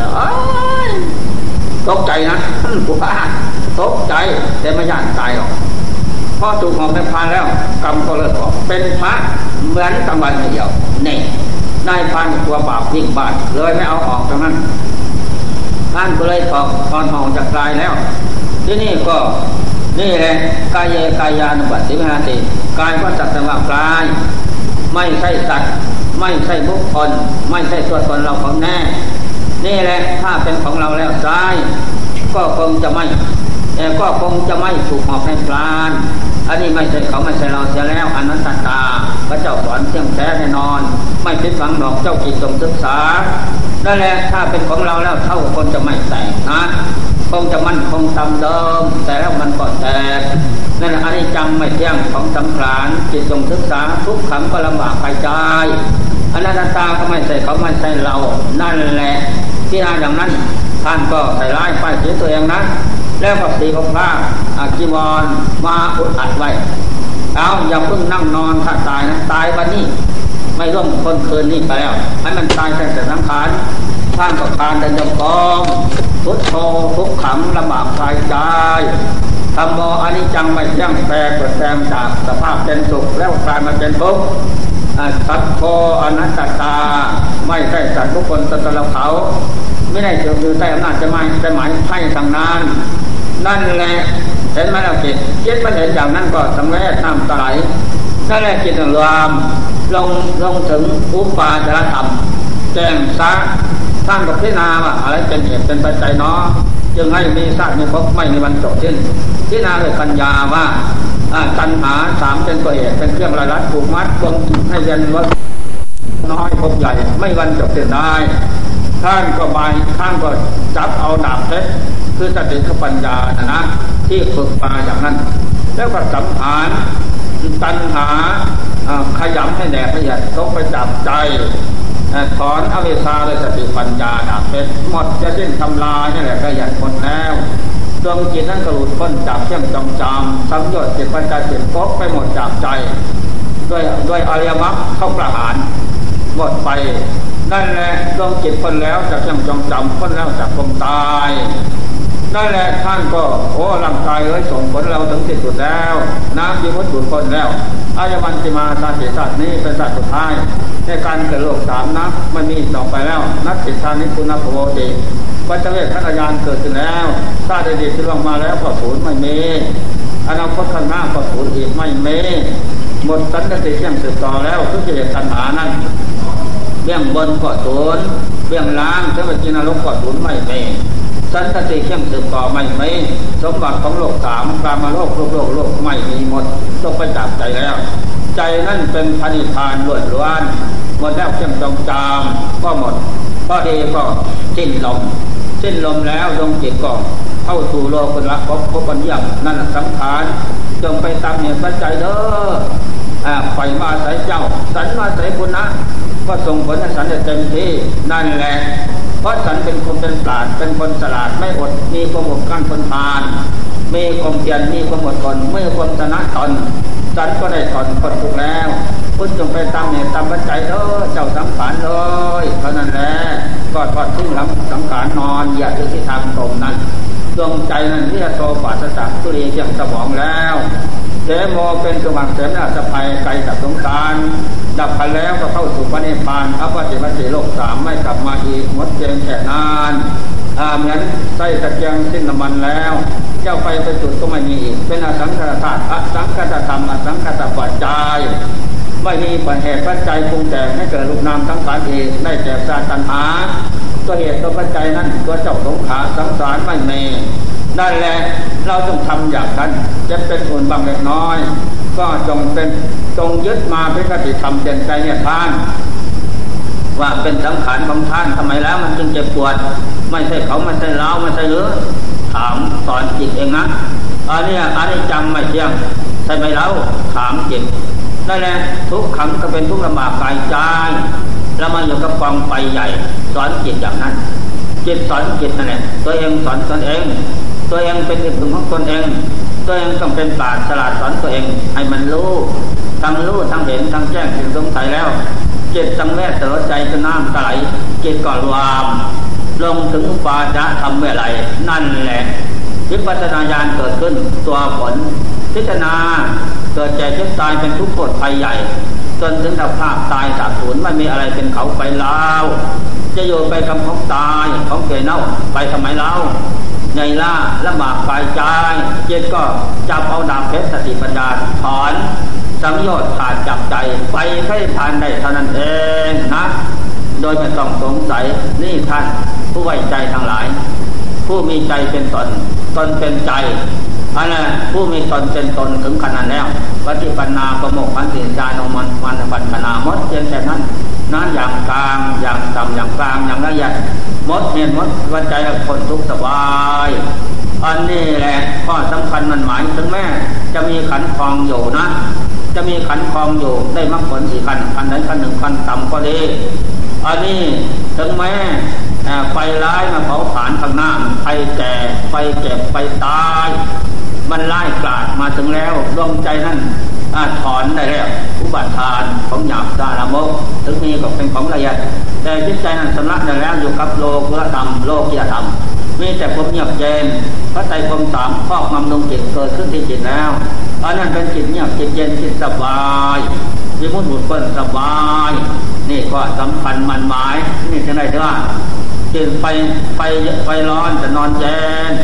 ตกใจนะผู้พานตกใจแต่ไม่ย่านตายหรอกพอถูกหอมเป็นพานแล้วกรรมก็เลิกออกเป็นพระเหมือนกำวันเดียวนี่นายพรานกลัวบาปยิ่งบาปเลยไม่เอาออกจากนั้นท่านก็เลยถอดถอนหองจากกายแล้วที่นี่ก็นี่แหละกายเยกายานุปัสสิวิหารติกายก็จัดแต่ว่ากายไม่ใช่สัตว์ไม่ใช่บุคคลไม่ใช่ตัวตนเราของแน่นี่แหละถ้าเป็นของเราแล้วกายก็คงจะไม่แต่ก็คงจะไม่ถูกหอบให้พลานอันนี้ไม่ใช่เขาไม่ใช่เราเสียแล้วอนัตตาพระเจ้าสอนเที่ยงแท้แน่นอนไม่ผิดหวังดอกเจ้ากิจจงศึกษานั่นแหละถ้าเป็นของเราแล้วเท่าคนจะไม่แตกนะคงจะมั่นคงตามเดิมแต่แล้วมันก็แตกนั่นอันนี้จังไม่เที่ยงของสังขารจิตจงศึกษาทุกขังก็ลำบากไปใจอนัตตาก็ไม่ใช่เขาไม่ใช่เรานั่นแหละที่นั่นอย่างนั้นท่านก็ใส่ร้ายป้ายสีตัวเองนะแล้วก็สีของพระอาจีวรมาอุดอัดไว้เอาอย่าเพิ่งนั่งนอนถ้าตายนะตายวันนี้ไม่ร่วมคนคืนนี้ไปแล้วให้มันตายแต่แต่สังขารท่านก็ทานเดินจงกรมพุทโธทุกขังลำบากกายใจธัมโมอนิจจังไม่เที่ยงแปรเปลี่ยนแปลงจากสภาพเป็นสุขแล้วกลายมาเป็นทุกข์สัพโพอนัตตาไม่ใช่สัตว์ทุกคนสัตว์เราเขาไม่ได้เกี่ยวกับใต้อำนาจจะหมายจะหมายให้ทางนั้นนั่นแหละเห็นไหมเราจิตจิตมันเห็นอย่างนั้นก็สังเวชน้ำตาไหลนั่นแหละจิตรวมลงลงถึงอุปาจารธรรมแจ้งซะท่านกับพิจารณาว่าอะไรเป็นเหตุเป็นปัจจัยเนาะจึงให้มีชาติมีภพไม่มีวันจบสิ้นพิจารณาด้วยปัญญาว่าตัณหาสามเป็นตัวเหตุเป็นเครื่องระลัดผูกมัดดวงจิตให้เย็นว่าน้อยภพใหญ่ไม่วันจบสิ้นได้ท่านก็บายท่านก็จับเอาดาบเพชรคือสติปัญญานะนะที่ฝึกมาอย่างนั้นแล้วก็สังหารตัณหาขยำให้แดกให้ใหญ่ต้องไปจับใจถอนอวิชชาด้วยสติปัญญาดาบเพชรหมดจะสิ้นทำลายนี่แหละขยันหมดแล้วดวงจิตนั้นก็หลุดพ้นจากเชื่อมจองจามสังโยชน์จิตปัญญาจิตก๊กไปหมดจากใจด้วยด้วยอริยมรรคเข้าประหารหมดไปนั่นแหละดวงจิตพ้นแล้วจากเชื่อมจองจำพ้นแล้วจากความตายนั่นแหละท่านก็โอ้ร่างกายเอ้ยส่งผลเราถึงที่สุดแล้วน้ำที่มุดหลุดพ้นแล้วอายมันติมาชาติศาสตร์นี้เป็นศาสตร์สุดท้ายในการเกิดโลกสามนะไม่มีต่อไปแล้วนักจิตชานิคุณภโวติปัจเจกขณะยานเกิดขึ้นแล้วชาติอดีตที่ล่วงมาแล้วก็สูญไม่มีอนาคตข้างหน้าก็สูญอีกไม่มีหมดสันติเที่ยงสืบต่อแล้วทุกกิเลสตัณหานั้นเบื้องบนก็สูญเบื้องล่างเทวจินรกก็สูญไม่มีสันติเที่ยงสืบต่อไม่มีสมบัติของโลกสามกามโลกโลกโลกโลกไม่มีหมดต้องไปจับใจแล้วใจนั่นเป็นพระนิพพานล้วนล้วนหมดแล้วเที่ยงจองจามก็หมดพอดีก็สิ้นลมสิ้นลมแล้วดวงจิตก็เข้าสู่โลกุตระภพภพปัญญานั่นสังขารจงไปตามเหตุปัจจัยเด้อปล่อยมาใส่เจ้าสันมาใส่บุญนะก็ส่งผลให้สันเต็มที่นั่นแหละเพราะสันเป็นคนเป็นปราชญ์เป็นคนฉลาดไม่อดมีความอดกลั้นทนทานมีความเพียรมีความอดทนไม่ความชนะตนสันก็ได้ถอนคนทุกแล้วพุทธจงไปตามเหตุตามปัจจัยเด้อเจ้าสังขารเลยเท่านั้นแหละก็ทอดทิ้งลำสังขารนอนอย่าถึงที่ทางตรงนั้นดวงใจนั้นที่จะโตปราศจากทุเรศเจียงสมองแล้วเสโมเป็นสว่างเสนาสะภัยไกลจากสงสารดับไปแล้วก็เข้าสู่พระนิพพานอภัสสิโลกสามไม่กลับมาอีกหมดเพียงแค่นานอ่าเหมือนใส่ตะเกียงสิ้นน้ำมันแล้วเจ้าไฟไปจุดก็ไม่มีอีกเป็นอสังขารธาตุอสังขารธรรมอสังขารปัจจัยไม่มีปัจเหตุปัจจัยปรุงแต่งให้เกิดรูปนามสังขารเองได้แก่สารตัณหาตัวเหตุตัวปัจจัยนั้นตัวเจ้าสงขารสังสารไม่มีนั่นแหละเราต้องทำอย่างนั้นจะเป็นส่วนบางเล็กน้อยก็จงเป็นจงยึดมาเป็นคติธรรมเจนใจเนี่ยท่านว่าเป็นสังขารของท่านทำไมแล้วมันจึงเจ็บปวดไม่ใช่เขาไม่ใช่เราไม่ใช่หรือถามสอนจิตเองนะอันนี้อันนี้จำไม่เที่ยงใช่ไหมเราถามจิตนั่นแหละทุกขังก็เป็นทุกลำบากกายใจแล้วมาอยู่กับกองไฟใหญ่สอนจิตอย่างนั้นจิตสอนจิตนั่นแหละตัวเองสอนตนเองตัวเองเป็นที่พึ่งของตนเองตัวเองต้องเป็นปราชญ์ฉลาดสอนตัวเองให้มันรู้ทั้งรู้ทั้งเห็นทั้งแจ้งถึงสงสัยแล้วจิตสังเวชเสลใจจะน้ำไหลจิตก็รวมลงถึงปาจะทำเมื่อไรนั่นแหละวิปัสสนาญาณเกิดขึ้นตัวผลพิจารณาเกิดแก่เจ็บตายเป็นทุกข์โทษภัยใหญ่จนถึงสภาพตายสาบสูญไม่มีอะไรเป็นเขาไปแล้วจะอยู่ไปกับของตายของเกยเน่าไปทำไมเล่าในล่าละหมากปลายใจเจ็ดก็จับเอาดาบเพชรสติปัญญาถอนสังโยชน์ขาดจับใจไปใช้ทานได้เท่านั้นเองนะโดยไม่ต้องสงสัยนี่ท่านผู้ไว้ใจทั้งหลายผู้มีใจเป็นตนตนเป็นใจอันนั้นผู้มีตนเป็นตนถึงขนาดแล้วปฏิปันนาประโมกขันติญาณมันมันปัญญามดเพียงแค่นั้นนั้นอย่างกลางอย่างต่ำอย่างกลางอย่างละเอียดมดเห็นมดวันใจละคนทุกสบายอันนี้แหละข้อสำคัญมันหมายถึงแม่จะมีขันธ์คลองอยู่นะจะมีขันธ์คลองอยู่ได้มรรคผลสี่ขันธ์ขันธ์ใดขันธ์หนึ่งขันธ์ต่ำก็ดีอันนี้ถึงแม้ไฟร้ายมาเผาผลาญข้างหน้าไฟแก่ไฟเจ็บไฟตายมันไล่กลาดมาถึงแล้วดวงใจนั่นถอนได้แล้วอุปาทานของหยาบซาลามกถึงมีก็เป็นของละเอียดแต่จิตใจนั้นสำลักได้แล้วอยู่กับโลกุตธรรมโลกียธรรมมีแต่ความเงียบเย็นพระไตรภูมิสามครอบงำดวงจิตเกิดขึ้นที่จิตแล้วอันนั้นเป็นจิตเงียบจิตเย็นจิตสบายมีมุนบุญเปิ้ลสบายนี่ก็สำคัญมันหมายนี่จะได้ว่าจิตไฟไฟไฟร้อนจะนอนเย็น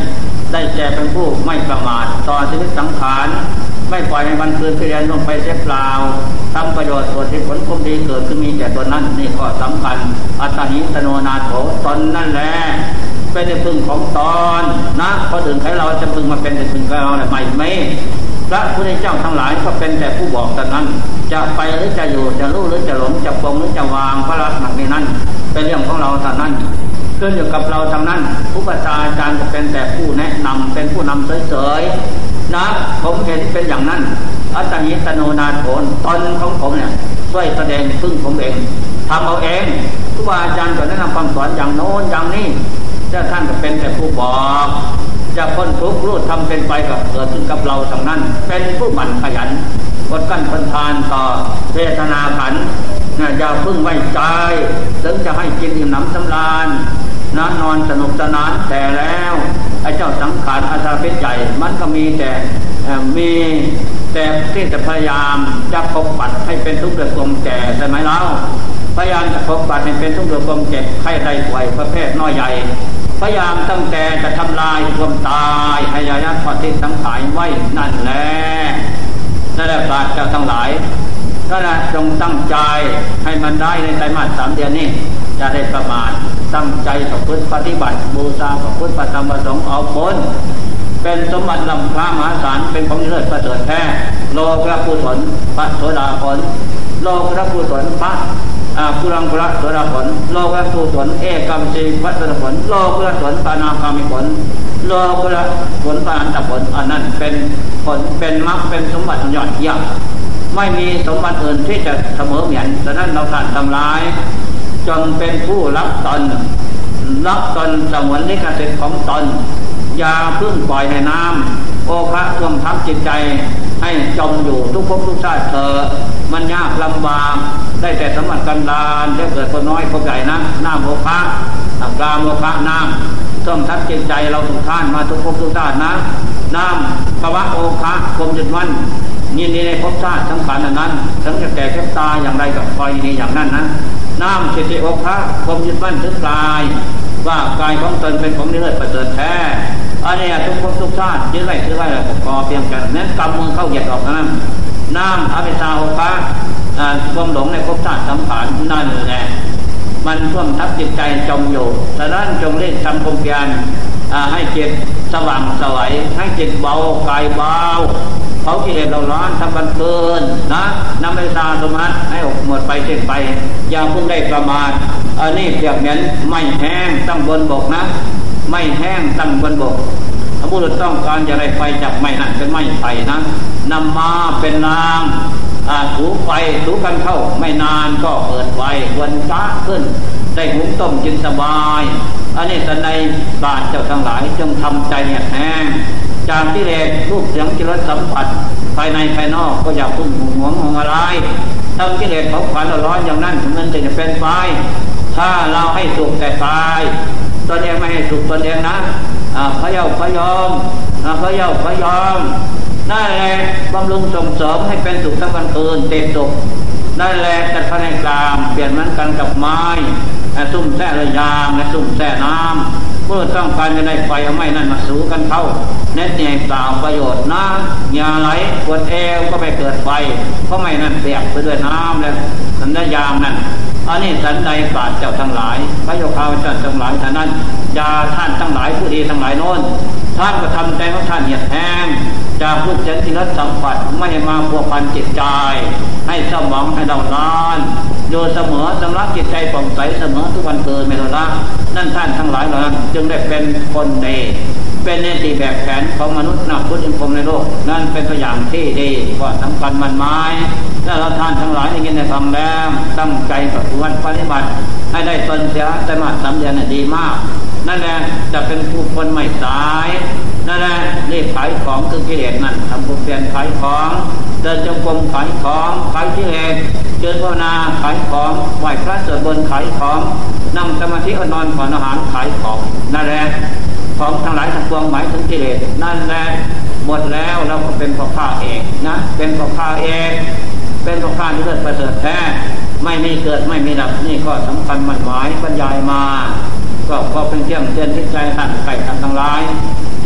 ได้แก่เป็นผู้ไม่ประมาทต่อชีวิตสังขารไม่ปล่อยให้มันคืนที่เรียนลงไปเสียเปล่าทำประโยชน์ส่วนที่ผลความดีเกิดขึ้นมีแก่ตนนั้นนี่ข้อสำคัญอัตตหิตโนนาโถตนนั่นแหละเป็นที่พึ่งของตนนะเพราะถึงใครเราจะพึ่งมาเป็นที่พึ่งของเราเนี่ยไม่ไม่พระพุทธเจ้าทั้งหลายก็เป็นแต่ผู้บอกแต่นั้นจะไปหรือจะอยู่จะรู้หรือจะหลงจะปรงหรือจะวางพระลักษณะนี้นั้นเป็นเรื่องของเราแต่นั้นขึ้นอยู่กับเราทางนั้นผู้ประชาอาจารย์ก็เป็นแต่ผู้แนะนำเป็นผู้นำเฉยๆนะผมเห็นเป็นอย่างนั้นอัตตหิตโนนาโถตนของผมเนี่ยช่วยแสดงพึ่งผมเองทำเอาเองผู้อาจารย์ก็แนะนำคำสอนอย่างโน้นอย่างนี้เจ้าท่านก็เป็นแต่ผู้บอกจะพ้นทุกข์รู้ทำเป็นไปกับเกิดขึ้นกับเราทางนั้นเป็นผู้หมั่นขยันอดกั้นทนทานต่อเวทนาขันธ์อย่าพึ่งไว้ใจถึงจะให้กินอิ่มหนำสำราญนะนอนสนุกสนานแต่แล้วไอ้เจ้าสังขารอาสาพิษใหญ่มันก็มีแต่มีแต่ที่จะพยายามจะปกปัดให้เป็นทุกข์ด้วยความแก่ใช่ไหมเล่าพยายามจะปกปัดให้เป็นทุกข์ด้วยความเจ็บไข้ได้ป่วยประเภทน้อยใหญ่พยายามตั้งแต่จะทำลายความตายให้ยายัดปฏิสังขารไว้นั่นแหละนั่นแหละปราชญ์เจ้าทั้งหลายนั่นแหละจงตั้งใจให้มันได้ในไตรมาสสามเดือนนี้จะได้ประมาทตั้งใจประพฤติปฏิบัติบูชาพระพุทธพระธรรมพระสงฆ์เอาผลเป็นสมบัติล้ำค่ามหาศาลเป็นของเลิศประเสริฐแท้โลกกุศลพระโสดาผลโลกกุศลพระกุลังกุละโสดาผลโลกกุศลเอกามสีพระโสดาผลโลกุละผลปานาคามิผลโลกุละผลปานันตผลอันนั้นเป็นผลเป็นมรรคเป็นสมบัติยอดเยี่ยมไม่มีสมบัติอื่นที่จะเสมอเหมือนดังนั้นเราท่านทั้งหลายจงเป็นผู้รับตนรับตนสมวนลิขสิทธิ์ของตนอย่าพึ่งปล่อยให้น้ำโอคะท่วมทับจิตใจให้จมอยู่ทุกภพทุกชาติเธอมันยากลำบากได้แต่สมบัติกันดารได้เกิดคนน้อยคนใหญ่นะน้ำโอคะกลามโอคะน้ำท่วมทับจิตใจเราทุกท่านมาทุกภพทุกชาตินะน้ำภวะโอคะคมจุดวันยินดีในภพชาติทั้งขันธ์นั้นทั้งจะแก่แก่ตายอย่างไรกับคอยนี้อย่างนั้นนะน้ำสิทธิโอคะคมยึดมั่นถึงกายว่ากายของตนเป็นของนิเลิศประเสริฐแท้อันนี้ทุกภพทุกชาติยึดไว้ถือไว้แล้วพอเพียงกันนั้นกำมือเข้าเหยียดออกนั้นน้ำอภิชาโอคะความหลงในภพชาติสังขารนั่นแหละมันท่วมทับจิตใจจมอยู่ฉะนั้นจงเล่นทำความเพียรให้จิตสว่างสวัยให้จิตเบากายเบาเขากิเลสเราร้อนทำกันเกินนะนำไปตาสมัติให้ออกหมดไปเส้นไปอย่าเพิ่งได้ประมาทอันนี้เปรียบเหมือนไม่แห้งตั้งบนบกนะไม่แห้งตั้งบนบกพระพุทธต้องการจะได้ไฟจับไม่นั่นเป็นไม่ไฟนะนำมาเป็นนางถูไฟถูกันเข้าไม่นานก็เปิดไฟวันช้าขึ้นได้หุงต้มกินสบายอันนี้ท่านในบาทเจ้าทั้งหลายจงทำใจเนี่ยแห้งจากที่เล็กรูปเสียงจิตสัมผัสภายในภายนอกก็อย่าพุ่งหวงของอะไรทำกิเลสของขวัญร้อนอย่างนั้นมันจะเป็นไฟถ้าเราให้สุขแต่กายตนเองไม่ให้สุขตนเองนะพระเยาพระยอมพระเยาพระยอมนั่นแหละบำรุงส่งเสริมให้เป็นสุขทั้งวันคืนเต็มสุขนั่นแหละจัดพระในกลางเปลี่ยนมันกันกับไม้ซุ่มแท่ระยางและซุ่มแท่น้ำเมื่อต้องการจะได้ไฟเอาไม้นั่นมาสู้กันเข้าเน็ตเนี่ยเปล่าประโยชน์นะยาไหลปวดเอวก็ไปเกิดไฟเพราะไม้นั่นเปียกไปด้วยน้ำและสันยางนั่นอันนี้สันใดปราชญ์เจ้าทั้งหลายพระโยคาวจารย์ทั้งหลายท่านนั้นยาท่านทั้งหลายผู้ดีทั้งหลายโน้นท่านก็ทำใจของท่านเหี่ยแห้งจากผู้เจนที่รักสัมผัสไม่ให้มาพัวพันจิตใจให้สมองให้เราล้านโดยเสมอสำลักจิตใจผ่องใสเสมอทุกวันเกิดไม่ละนั่นท่านทั้งหลายเหล่านั้นจึงได้เป็นคนดีเป็นเนติแบบแผนของมนุษย์นับพุทธพรหมในโลกนั่นเป็นตัวอย่างที่ดีว่าสำคัญมันไม้ถ้าเราท่านทั้งหลายได้ยินได้ฟังแล้วตั้งใจปฏิบัติให้ได้ตนเสียแต่มาสำเร็จน่ะดีมากนั่นแหละจะเป็นผู้คนไม่สายนั่นแหละรีบขายของคือกิเลสนั่นทำผู้เปลี่ยนขายของเดินจงกรมขายของขายกิเลสเดินภาวนาขายของไหว้พระสวดมนต์ขายของนั่งสมาธินอนผ่อนอาหารขายของนั่นแหละของทั้งหลายทั้งปวงหมายถึงกิเลสนั่นแหละหมดแล้วเราก็เป็นพ่อข้าเองนะเป็นพ่อข้าเองเป็นพ่อข้าที่เลิศประเสริฐแท้ไม่มีเกิดไม่มีดับนี่ก็สำคัญมันหมายบรรยายมาก็พอเป็นเที่ยงเตือนทิศใจท่านไก่ท่านทั้งหลายจ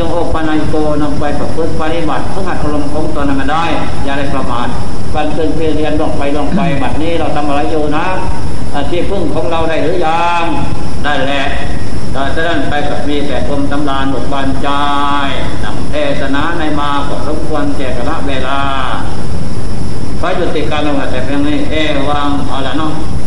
งอกปนัยโกนำไปประพฤติปฏิบัติเพื่อหัดอารมณ์ของตนนั้นได้อย่าได้ประมาทการเกินเพียรเรียนลงไปลงไปบัดนี้เราทำอะไรอยู่นะที่พึ่งของเราได้หรือยังได้แหละแต่ฉะนั้นไปกับมีแต่กรมตำรานบทบานใจนำเทศนาในมาก็สมควรแก่กะละเวลาพระจุติการลงแต่เพียงนี้เอวังเอาละเนาะ